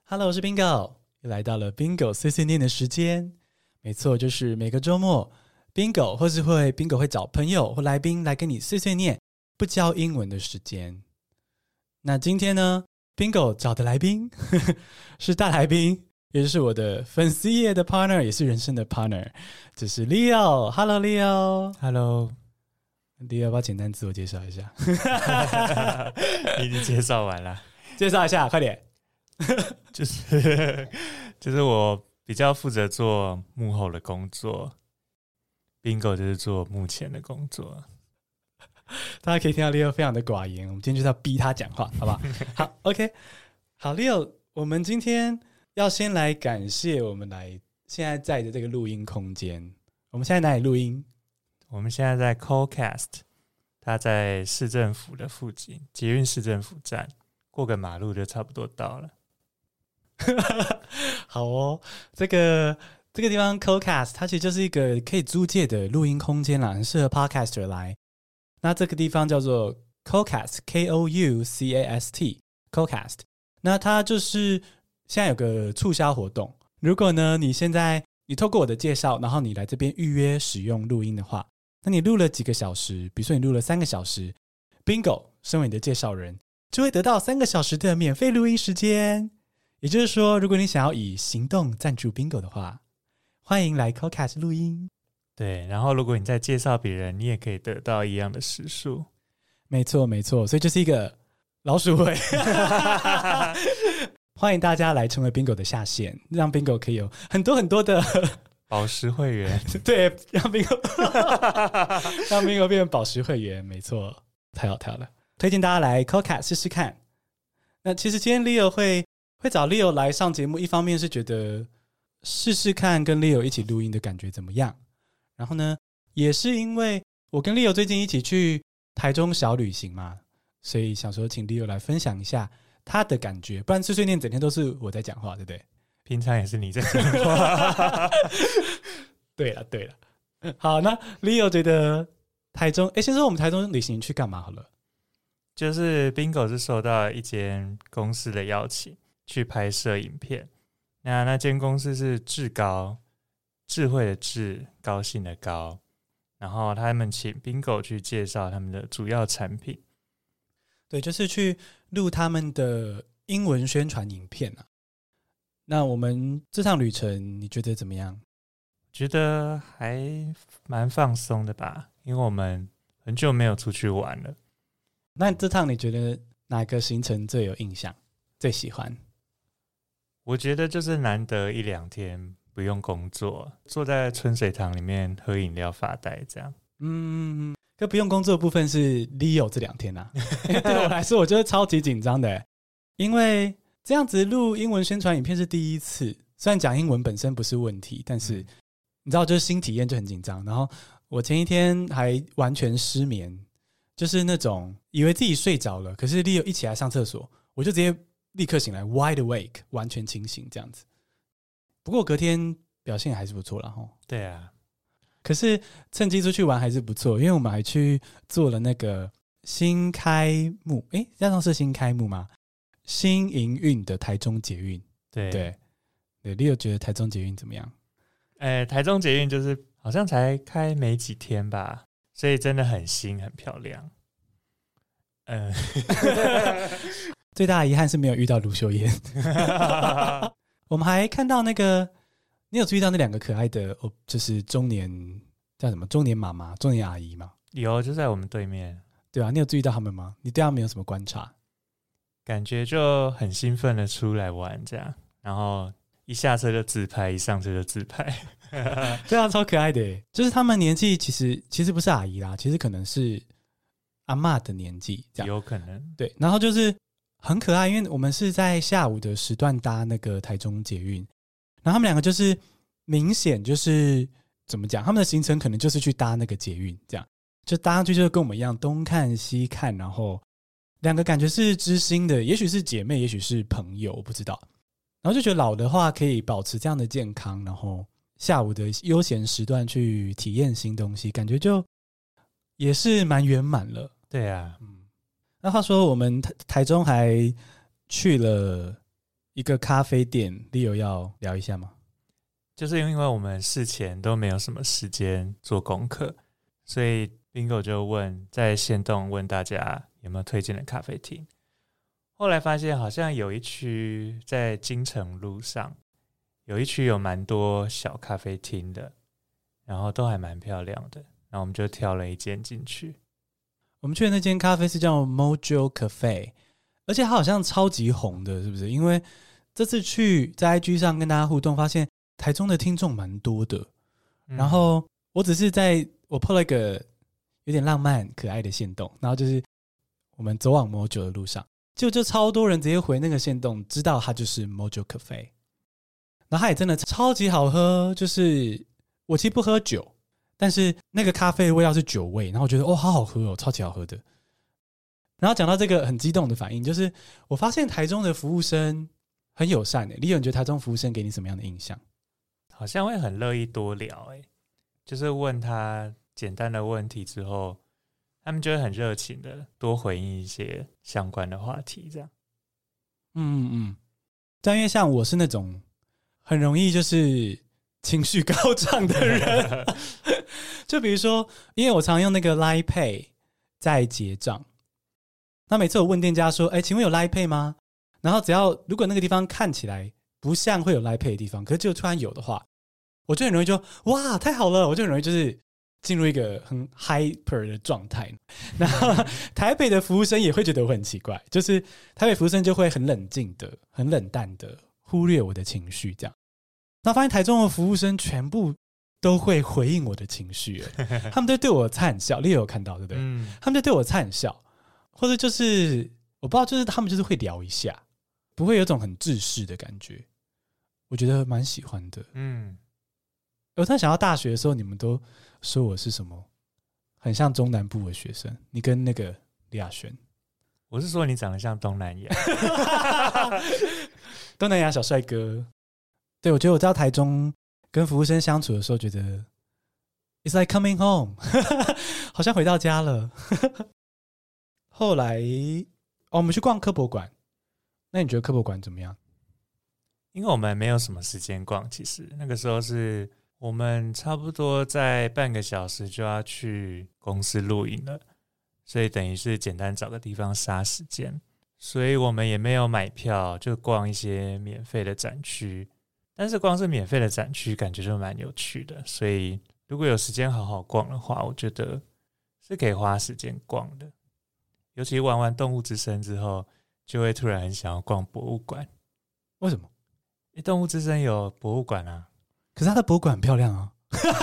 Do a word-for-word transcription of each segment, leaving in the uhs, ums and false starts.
Hello， 我是 Bingo， 又来到了 Bingo 碎碎念的时间。没错，就是每个周末 Bingo 或是会 Bingo 会找朋友或来宾来跟你碎碎念不教英文的时间。那今天呢 Bingo 找的来宾呵呵是大来宾，也就是我的粉丝页的 partner， 也是人生的 partner， 这是 Leo。 Hello Leo。 Hello Leo 要不要简单自我介绍一下？ 你已经介绍完了。 介绍一下快点。 就是就是我比较负责做幕后的工作， Bingo 就是做目前的工作。 大家可以听到 Leo 非常的寡言，我们今天就是要逼他讲话，好不好？好 OK。 好 Leo， 我们今天要先来感谢我们来现在在的这个录音空间。我们现在哪里录音？ 我们现在在 Callcast， 它在市政府的附近，捷运市政府站，过个马路就差不多到了。 好哦，这个这个地方 Callcast 它其实就是一个可以租借的录音空间啦，很适合 Podcaster 来。那这个地方叫做 Callcast K O U C A S T Callcast。 那它就是现在有个促销活动，如果呢你现在你透过我的介绍，然后你来这边预约使用录音的话，那你录了几个小时，比如说你录了三个小时， Bingo 身为你的介绍人就会得到三个小时的免费录音时间。也就是说，如果你想要以行动赞助 Bingo 的话，欢迎来 Callcast 录音。 对，然后如果你再介绍别人，你也可以得到一样的时数。 没错没错，所以就是一个老鼠会。欢迎大家来成为 Bingo 的下线，让 Bingo 可以有很多很多的宝石会员。 对，让 Bingo 让 Bingo 变成宝石会员。没错，太好太好了，推荐大家来 Callcast 试试看。那其实今天 Leo 会会找 Leo 来上节目，一方面是觉得试试看跟 Leo 一起录音的感觉怎么样，然后呢也是因为我跟 Leo 最近一起去台中小旅行嘛，所以想说请 Leo 来分享一下他的感觉，不然碎碎念整天都是我在讲话，对不对？ 平常也是你在讲话。 对了对了，好，那 Leo 觉得台中，诶，先说我们台中旅行去干嘛好了。 就是 Bingo 是受到一间公司的邀请去拍摄影片，那那间公司是智高，智慧的智，高兴的高，然后他们请 Bingo 去介绍他们的主要产品。 对，就是去录他们的英文宣传影片啊。那我们这趟旅程你觉得怎么样？ 觉得还蛮放松的吧，因为我们很久没有出去玩了。 那这趟你觉得哪个行程最有印象，最喜欢？ 我觉得就是难得一两天不用工作，坐在春水堂里面喝饮料发呆这样。 嗯，可不用工作的部分是 Leo 这两天啊。对我来说我觉得超级紧张的，因为这样子录英文宣传影片是第一次，虽然讲英文本身不是问题，但是你知道就是新体验就很紧张。然后我前一天还完全失眠，就是那种以为自己睡着了，可是 Leo 一起来上厕所，我就直接立刻醒来 wide awake， 完全清醒这样子。不过隔天表现还是不错啦齁。 对啊， 可是趁机出去玩还是不错，因为我们还去做了那个新开幕，诶，这样是新开幕吗？新营运的台中捷运。 对对对 Leo 觉得台中捷运怎么样？ 欸、台中捷运就是好像才开没几天吧，所以真的很新很漂亮。嗯、呃， 最大的遗憾是没有遇到卢秀燕。我们还看到那个，你有注意到那两个可爱的，就是中年叫什么中年妈妈、中年阿姨吗？ 有，就在我们对面。 对啊，你有注意到他们吗？你对他们有什么观察？ 感觉就很兴奋的出来玩这样，然后一下车就自拍，一上车就自拍。 对啊，超可爱的耶。就是他们年纪其实其实不是阿姨啦，其实可能是阿嬷的年纪这样， 有可能。 对，然后就是很可爱，因为我们是在下午的时段搭那个台中捷运，然后他们两个就是明显就是怎么讲，他们的行程可能就是去搭那个捷运，这样就搭上去就是跟我们一样东看西看，然后两个感觉是知心的，也许是姐妹，也许是朋友，我不知道。然后就觉得老的话可以保持这样的健康，然后下午的悠闲时段去体验新东西，感觉就也是蛮圆满了。 对啊， 嗯。那话说我们台台中还去了一个咖啡店 Leo 要聊一下吗？ 就是因为我们事前都没有什么时间做功课，所以 Bingo 就问在限动问大家有没有推荐的咖啡厅。后来发现好像有一区在金城路上，有一区有蛮多小咖啡厅的，然后都还蛮漂亮的，然后我们就挑了一间进去。 我们去的那间咖啡是叫 Mojo Cafe， 而且它好像超级红的，是不是？因为这次去在 I G 上跟大家互动，发现台中的听众蛮多的。嗯、然后我只是在我 po 了一个有点浪漫可爱的限动，然后就是我们走往 Mojo 的路上，就就超多人直接回那个限动，知道它就是 Mojo Cafe。然后它也真的超级好喝，就是我其实不喝酒，但是那个咖啡的味道是酒味，然后我觉得哦好好喝哦，超级好喝的。然后讲到这个很激动的反应，就是我发现台中的服务生很友善诶。Leo，你觉得台中服务生给你什么样的印象？ 好像会很乐意多聊诶，就是问他简单的问题之后，他们就会很热情的多回应一些相关的话题，这样。 嗯嗯嗯。但因为像我是那种很容易就是情绪高涨的人，就比如说，因为我常用那个 Line Pay 在结账，那每次我问店家说：“哎，请问有 Line Pay 吗？”然后只要如果那个地方看起来不像会有 Line Pay 的地方，可是就突然有的话，我就很容易就哇太好了，我就很容易就是进入一个很 hyper 的状态。然后台北的服务生也会觉得我很奇怪，就是台北服务生就会很冷静的、很冷淡的忽略我的情绪，这样。那发现台中的服务生全部都会回应我的情绪，他们都对我灿笑，你也有看到对不对？嗯、他们就对我灿笑，或者就是我不知道，就是他们就是会聊一下，不会有种很制式的感觉，我觉得蛮喜欢的。嗯，我突然想到大学的时候，你们都说我是什么，很像中南部的学生。你跟那个李亚轩， 我是说你长得像东南亚， 东南亚小帅哥。对，我觉得我在台中跟服务生相处的时候，觉得 it's like coming home， 好像回到家了。后来、哦、我们去逛科博馆，那你觉得科博馆怎么样？ 因为我们没有什么时间逛，其实那个时候是我们差不多在半个小时就要去公司录影了，所以等于是简单找个地方杀时间，所以我们也没有买票，就逛一些免费的展区。但是光是免费的展区感觉就蛮有趣的，所以如果有时间好好逛的话，我觉得是可以花时间逛的。尤其玩完动物之声之后，就会突然很想要逛博物馆。 为什么？ 因为动物之声有博物馆啊， 可是它的博物馆很漂亮啊。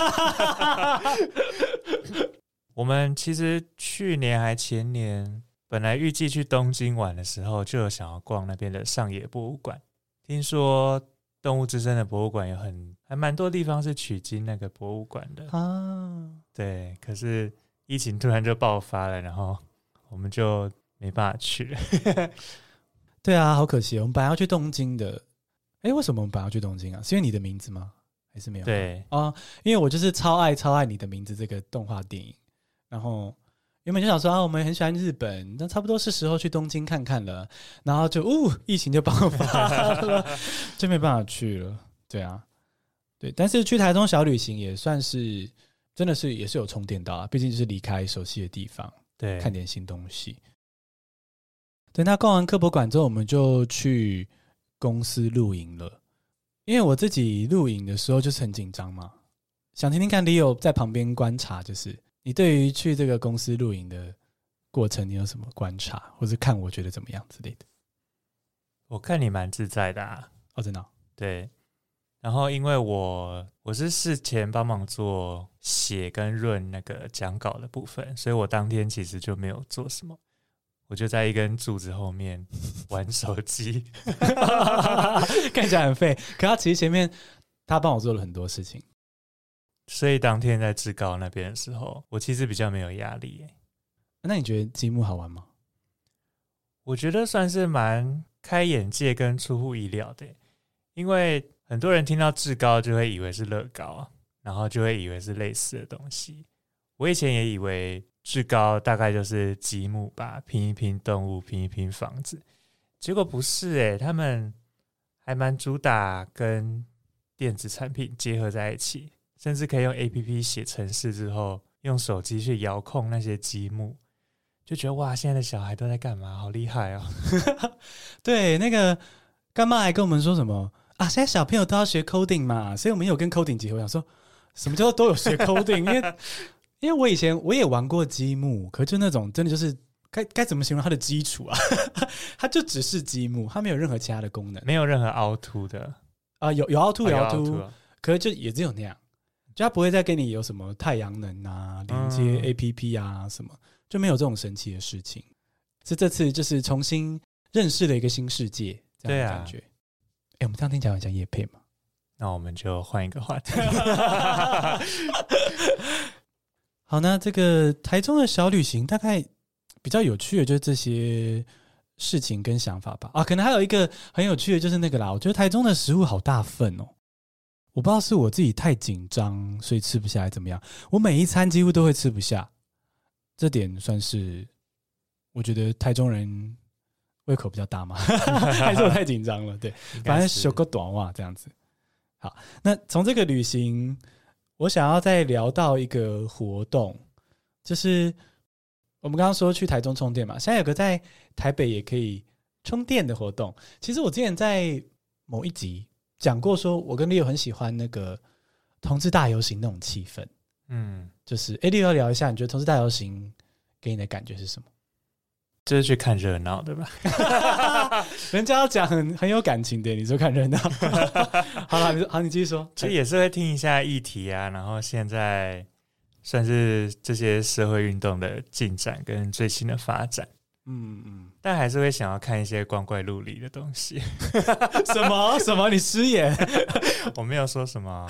我们其实去年还前年本来预计去东京玩的时候，就有想要逛那边的上野博物馆。听说动物之声的博物馆有很还蛮多地方是取经那个博物馆的啊，对，可是疫情突然就爆发了，然后我们就没办法去了。 对啊，好可惜，我们本来要去东京的。哎，为什么我们本来要去东京啊？是因为你的名字吗？还是没有？ 对啊，因为我就是超爱超爱你的名字这个动画电影，然后原本就想说啊，我们很喜欢日本，那差不多是时候去东京看看了，然后就呜、哦，疫情就爆发了，就没办法去了。对啊，对，但是去台中小旅行也算是真的是也是有充电到啊，毕竟就是离开熟悉的地方， 对， 看点新东西。对，那逛完科博馆之后，我们就去公司露营了。因为我自己露营的时候就是很紧张嘛，想听听看 Leo 在旁边观察，就是你对于去这个公司露营的过程，你有什么观察，或是看我觉得怎么样之类的？ 我看你蛮自在的啊。 哦，真的、哦？ 对。然后因为我我是事前帮忙做写跟润那个讲稿的部分，所以我当天其实就没有做什么，我就在一根柱子后面玩手机。 看起来很废，可他其实前面他帮我做了很多事情， 所以当天在志高那边的时候，我其实比较没有压力耶。 那你觉得积木好玩吗？ 我觉得算是蛮开眼界跟出乎意料的耶，因为很多人听到志高就会以为是乐高，然后就会以为是类似的东西。我以前也以为志高大概就是积木吧，拼一拼动物，拼一拼房子，结果不是耶，他们还蛮主打跟电子产品结合在一起，甚至可以用 A P P 写程式之后，用手机去遥控那些积木，就觉得哇，现在的小孩都在干嘛？好厉害哦！ 对，那个干妈还跟我们说什么啊？现在小朋友都要学 coding 嘛，所以我们有跟 coding 结合。我想说，什么叫做都有学 coding？ 因为因为我以前我也玩过积木，可就那种真的就是该该怎么形容它的基础啊？它就只是积木，它没有任何其他的功能， 没有任何凹凸的啊、有有凹凸有凹凸， 哦、 可是就也只有那样，就它不会再给你有什么太阳能啊、连接 A P P 啊什么，就没有这种神奇的事情。是这次就是重新认识了一个新世界，这样的感觉。哎、啊，我们这样听起来很像业配嘛？ 那我们就换一个话题。 好，那这个台中的小旅行大概比较有趣的就是这些事情跟想法吧。啊，可能还有一个很有趣的就是那个啦，我觉得台中的食物好大份哦。我不知道是我自己太紧张，所以吃不下来怎么样？我每一餐几乎都会吃不下，这点算是我觉得台中人胃口比较大吗？还是我太紧张了？对，反正修个短袜这样子。好，那从这个旅行，我想要再聊到一个活动，就是我们刚刚说去台中充电嘛，现在有个在台北也可以充电的活动。其实我之前在某一集讲过，说我跟 Leo 很喜欢那个同志大游行那种气氛。嗯，就是哎 ，Leo 要聊一下，你觉得同志大游行给你的感觉是什么？ 就是去看热闹，对吧？ 人家要讲很很有感情的，你说看热闹。好了，你好，你继续说。 其实也是会听一下议题啊，然后现在算是这些社会运动的进展跟最新的发展。嗯嗯，但还是会想要看一些光怪陆离的东西。 什么什么？你失言？ 我没有说什么。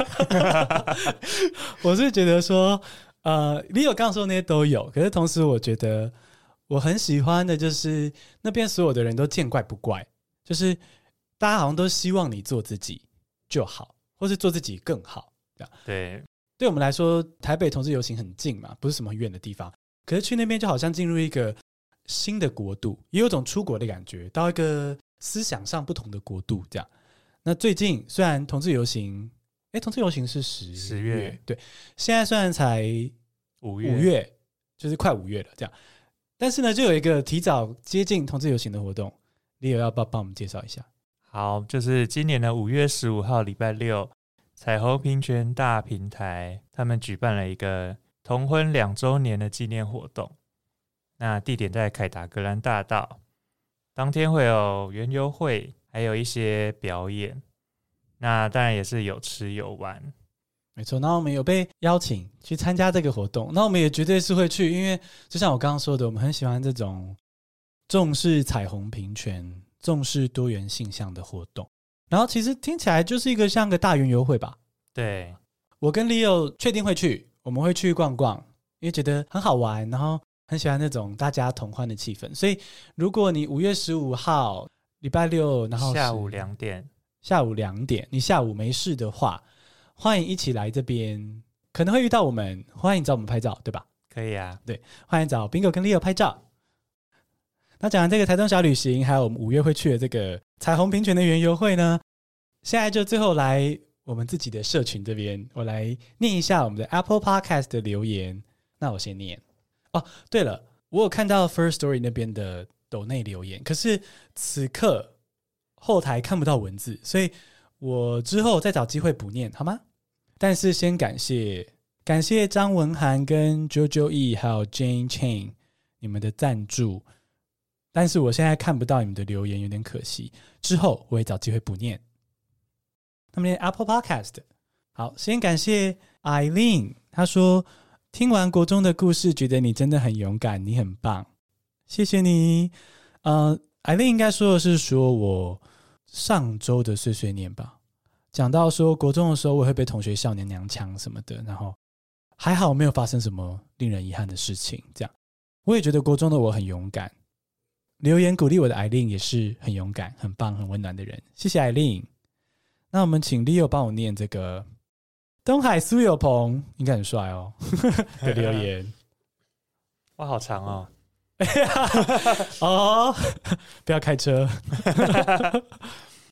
我是觉得说，呃，Leo刚刚说的那些都有，可是同时我觉得我很喜欢的就是那边所有的人都见怪不怪，就是大家好像都希望你做自己就好，或是做自己更好。 对， 对我们来说，台北同志游行很近嘛，不是什么很远的地方，可是去那边就好像进入一个新的国度，也有种出国的感觉，到一个思想上不同的国度这样。那最近虽然同志游行，哎，同志游行是十月， 十月， 对，现在虽然才五月， 五月就是快五月了这样，但是呢，就有一个提早接近同志游行的活动 ，Leo 要不要帮我们介绍一下？ 好，就是今年的五月十五号礼拜六，彩虹平权大平台他们举办了一个同婚两周年的纪念活动。那地点在凯达格兰大道，当天会有园游会，还有一些表演。那当然也是有吃有玩， 没错。那我们有被邀请去参加这个活动，那我们也绝对是会去，因为就像我刚刚说的，我们很喜欢这种重视彩虹平权、重视多元性向的活动。然后其实听起来就是一个像个大园游会吧？ 对， 我跟 Leo 确定会去，我们会去逛逛，因为觉得很好玩，然后很喜欢那种大家同欢的气氛。所以如果你五月十五号礼拜六，然后下午两点， 下午两点，你下午没事的话，欢迎一起来这边，可能会遇到我们，欢迎找我们拍照，对吧？ 可以啊， 对，欢迎找 Bingo 跟 Leo 拍照。那讲完这个台中小旅行，还有我们五月会去的这个彩虹平权的园游会呢，现在就最后来我们自己的社群这边，我来念一下我们的 Apple Podcast 的留言。那我先念。哦，对了，我有看到 First Story 那边的抖内留言，可是此刻后台看不到文字，所以我之后再找机会补念好吗？但是先感谢感谢张文涵跟 Jojo E 还有 Jane Chain 你们的赞助，但是我现在看不到你们的留言，有点可惜，之后我会找机会补念。那么 Apple Podcast 好，先感谢 Eileen， 她说听完国中的故事，觉得你真的很勇敢，你很棒，谢谢你。呃 Eileen 应该说的是说我上周的碎碎念吧，讲到说国中的时候我会被同学笑娘娘腔什么的，然后还好没有发生什么令人遗憾的事情，这样我也觉得国中的我很勇敢。留言鼓励我的 Eileen 也是很勇敢、很棒、很温暖的人，谢谢 Eileen。那我们请 Leo 帮我念这个东海苏有朋，应该很帅哦的留言。 哇，好长哦！ 哦，不要开车。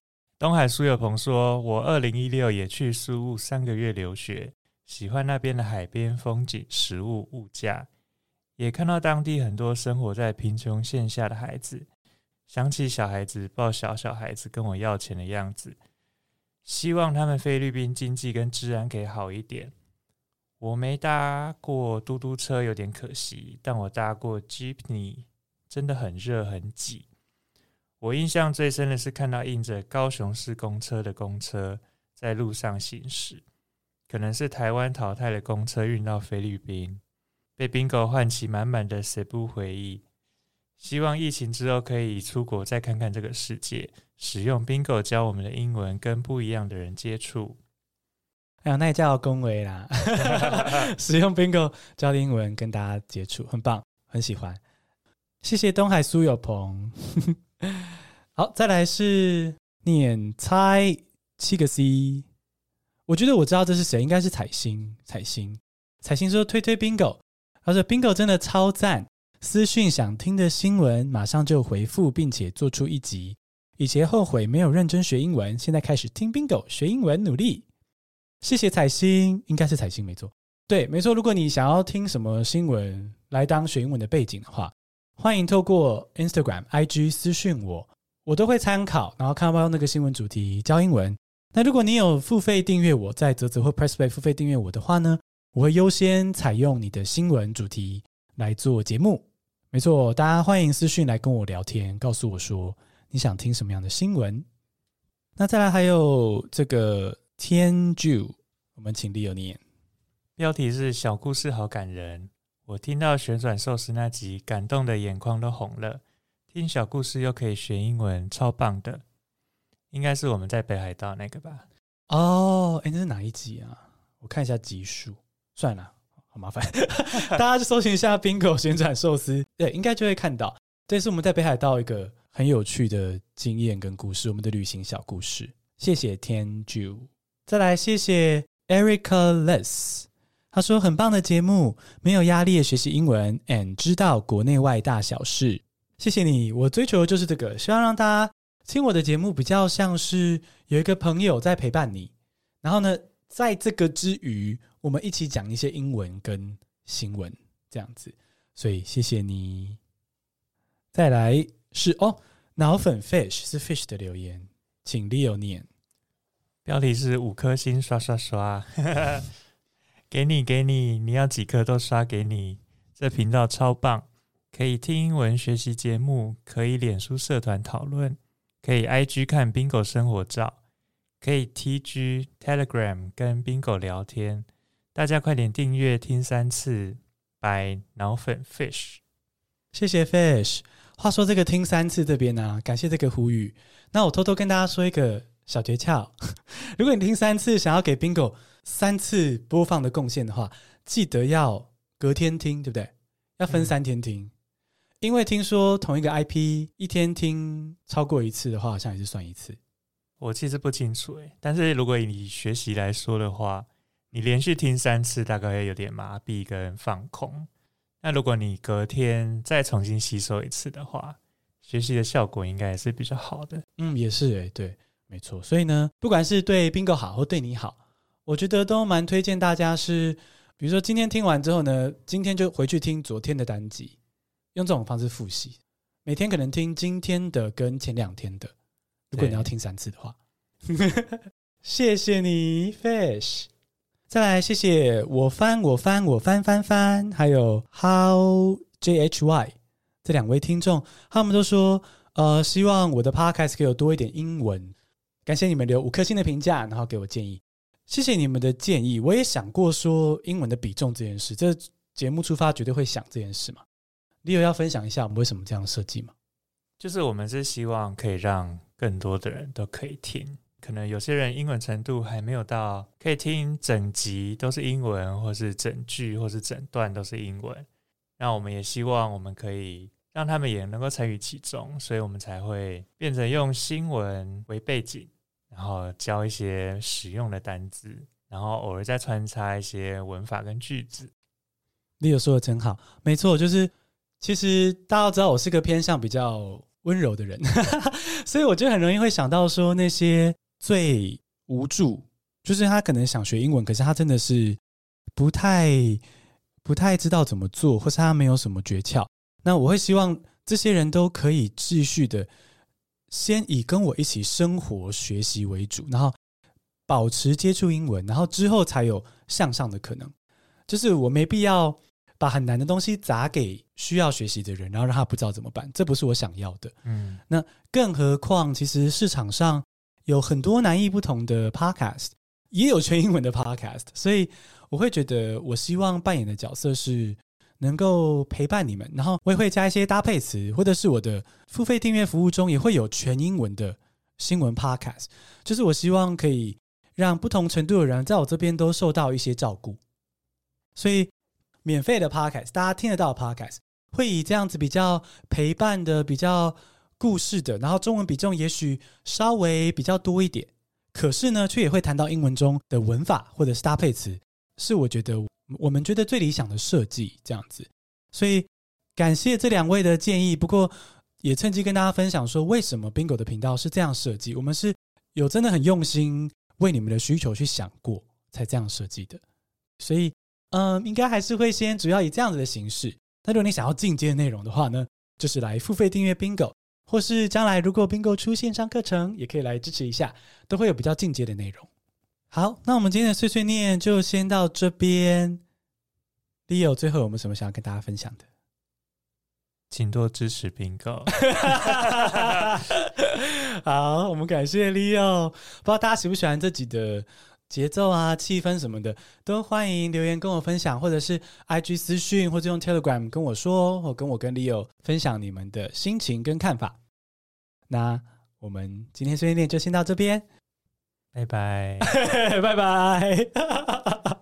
东海苏有朋说，我二零一六也去苏雾三个月留学，喜欢那边的海边风景、食物、物价，也看到当地很多生活在贫穷线下的孩子，想起小孩子抱小小孩子跟我要钱的样子，希望他们菲律宾经济跟治安可以好一点。我没搭过嘟嘟车有点可惜，但我搭过 Jeepney， 真的很热很挤。我印象最深的是看到印着高雄市公车的公车在路上行驶，可能是台湾淘汰的公车运到菲律宾，被 Bingo 唤起满满的 Cebu 回忆。希望疫情之后可以出国再看看这个世界，使用 Bingo 教我们的英文，跟不一样的人接触。 哎呀，那也叫恭维啦！使用 Bingo 教的英文跟大家接触，很棒，很喜欢。谢谢东海苏有朋。好，再来是念猜七个 C。我觉得我知道这是谁，应该是彩星。彩星，彩星说推推 Bingo， 他说 Bingo 真的超赞，私讯想听的新闻马上就回复，并且做出一集。以前后悔没有认真学英文，现在开始听 Bingo 学英文，努力。谢谢彩星，应该是彩星没错。对，没错。如果你想要听什么新闻来当学英文的背景的话，欢迎透过 Instagram、I G 私讯我，我都会参考，然后看到那个新闻主题教英文。那如果你有付费订阅我，在嘖嘖或 PressPlay 付费订阅我的话呢，我会优先采用你的新闻主题来做节目。没错，大家欢迎私讯来跟我聊天，告诉我说你想听什么样的新闻。那再来还有这个天柱，我们请 Leo 念。 标题是小故事好感人，我听到旋转寿司那集，感动的眼眶都红了。听小故事又可以学英文，超棒的。应该是我们在北海道那个吧？ 哦，哎，那是哪一集啊？我看一下集数。算了，好麻烦，大家就搜寻一下 Bingo 旋转寿司，对，应该就会看到。这是我们在北海道一个很有趣的经验跟故事，我们的旅行小故事。谢谢天柱。再来谢谢 Erica Less， 他说很棒的节目，没有压力的学习英文 and 知道国内外大小事。谢谢你，我追求的就是这个，希望让大家听我的节目比较像是有一个朋友在陪伴你，然后呢在这个之余我们一起讲一些英文跟新闻这样子，所以谢谢你。再来是哦，脑粉 fish 是 fish 的留言，请 Leo 念。 标题是五颗星刷刷刷给你给你，你要几颗都刷给你，这频道超棒，可以听英文学习节目，可以脸书社团讨论，可以 I G 看 Bingo 生活照，可以 T G Telegram 跟 Bingo 聊天，大家快点订阅听三次 by 脑粉 fish。 谢谢 fish。 话说这个听三次这边啊，感谢这个呼吁，那我偷偷跟大家说一个小诀窍，如果你听三次想要给 Bingo 三次播放的贡献的话，记得要隔天听，对不对？要分三天听、嗯、因为听说同一个 I P 一天听超过一次的话好像也是算一次。 我其实不清楚耶，但是如果以学习来说的话，你连续听三次大概会有点麻痹跟放空，那如果你隔天再重新吸收一次的话，学习的效果应该也是比较好的。 嗯，也是耶，对，没错。所以呢，不管是对 Bingo 好或对你好，我觉得都蛮推荐大家是，比如说今天听完之后呢，今天就回去听昨天的单集，用这种方式复习，每天可能听今天的跟前两天的，如果你要听三次的话。谢谢你 Fish。 再来谢谢我翻我翻我翻翻翻还有 How J H Y 这两位听众，他们都说呃，希望我的 podcast 可以有多一点英文，感谢你们留五颗星的评价，然后给我建议。谢谢你们的建议，我也想过说英文的比重这件事，这节目出发绝对会想这件事嘛。Leo 要分享一下我们为什么这样设计吗？ 就是我们是希望可以让更多的人都可以听，可能有些人英文程度还没有到可以听整集都是英文，或是整句或是整段都是英文，那我们也希望我们可以让他们也能够参与其中，所以我们才会变成用新闻为背景，然后教一些实用的单字，然后偶尔再穿插一些文法跟句子。 Leo 说的真好，没错，就是其实大家都知道我是个偏向比较温柔的人所以我就很容易会想到说那些最无助，就是他可能想学英文，可是他真的是不太不太知道怎么做，或是他没有什么诀窍。那我会希望这些人都可以继续的先以跟我一起生活学习为主，然后保持接触英文，然后之后才有向上的可能。就是我没必要把很难的东西砸给需要学习的人，然后让他不知道怎么办，这不是我想要的。嗯，那更何况其实市场上有很多南意不同的 podcast， 也有全英文的 podcast， 所以我会觉得我希望扮演的角色是能够陪伴你们，然后我也会加一些搭配词，或者是我的付费订阅服务中也会有全英文的新闻 podcast， 就是我希望可以让不同程度的人在我这边都受到一些照顾。所以免费的 podcast， 大家听得到的 podcast 会以这样子比较陪伴的、比较故事的，然后中文比重也许稍微比较多一点，可是呢却也会谈到英文中的文法或者是搭配词，是我觉得我们觉得最理想的设计这样子。所以感谢这两位的建议，不过也趁机跟大家分享说为什么 Bingo 的频道是这样设计，我们是有真的很用心为你们的需求去想过才这样设计的。所以嗯，应该还是会先主要以这样子的形式。那如果你想要进阶的内容的话呢，就是来付费订阅 Bingo， 或是将来如果 Bingo 出线上课程也可以来支持一下，都会有比较进阶的内容。好，那我们今天的碎碎念就先到这边。Leo 最后有没有什么想要跟大家分享的？ 请多支持 Bingo 好，我们感谢 Leo。不知道大家喜不喜欢这集的节奏啊、气氛什么的，都欢迎留言跟我分享，或者是 I G 私讯，或者用 Telegram 跟我说，或跟我跟 Leo 分享你们的心情跟看法。那我们今天碎碎念就先到这边， 拜拜拜拜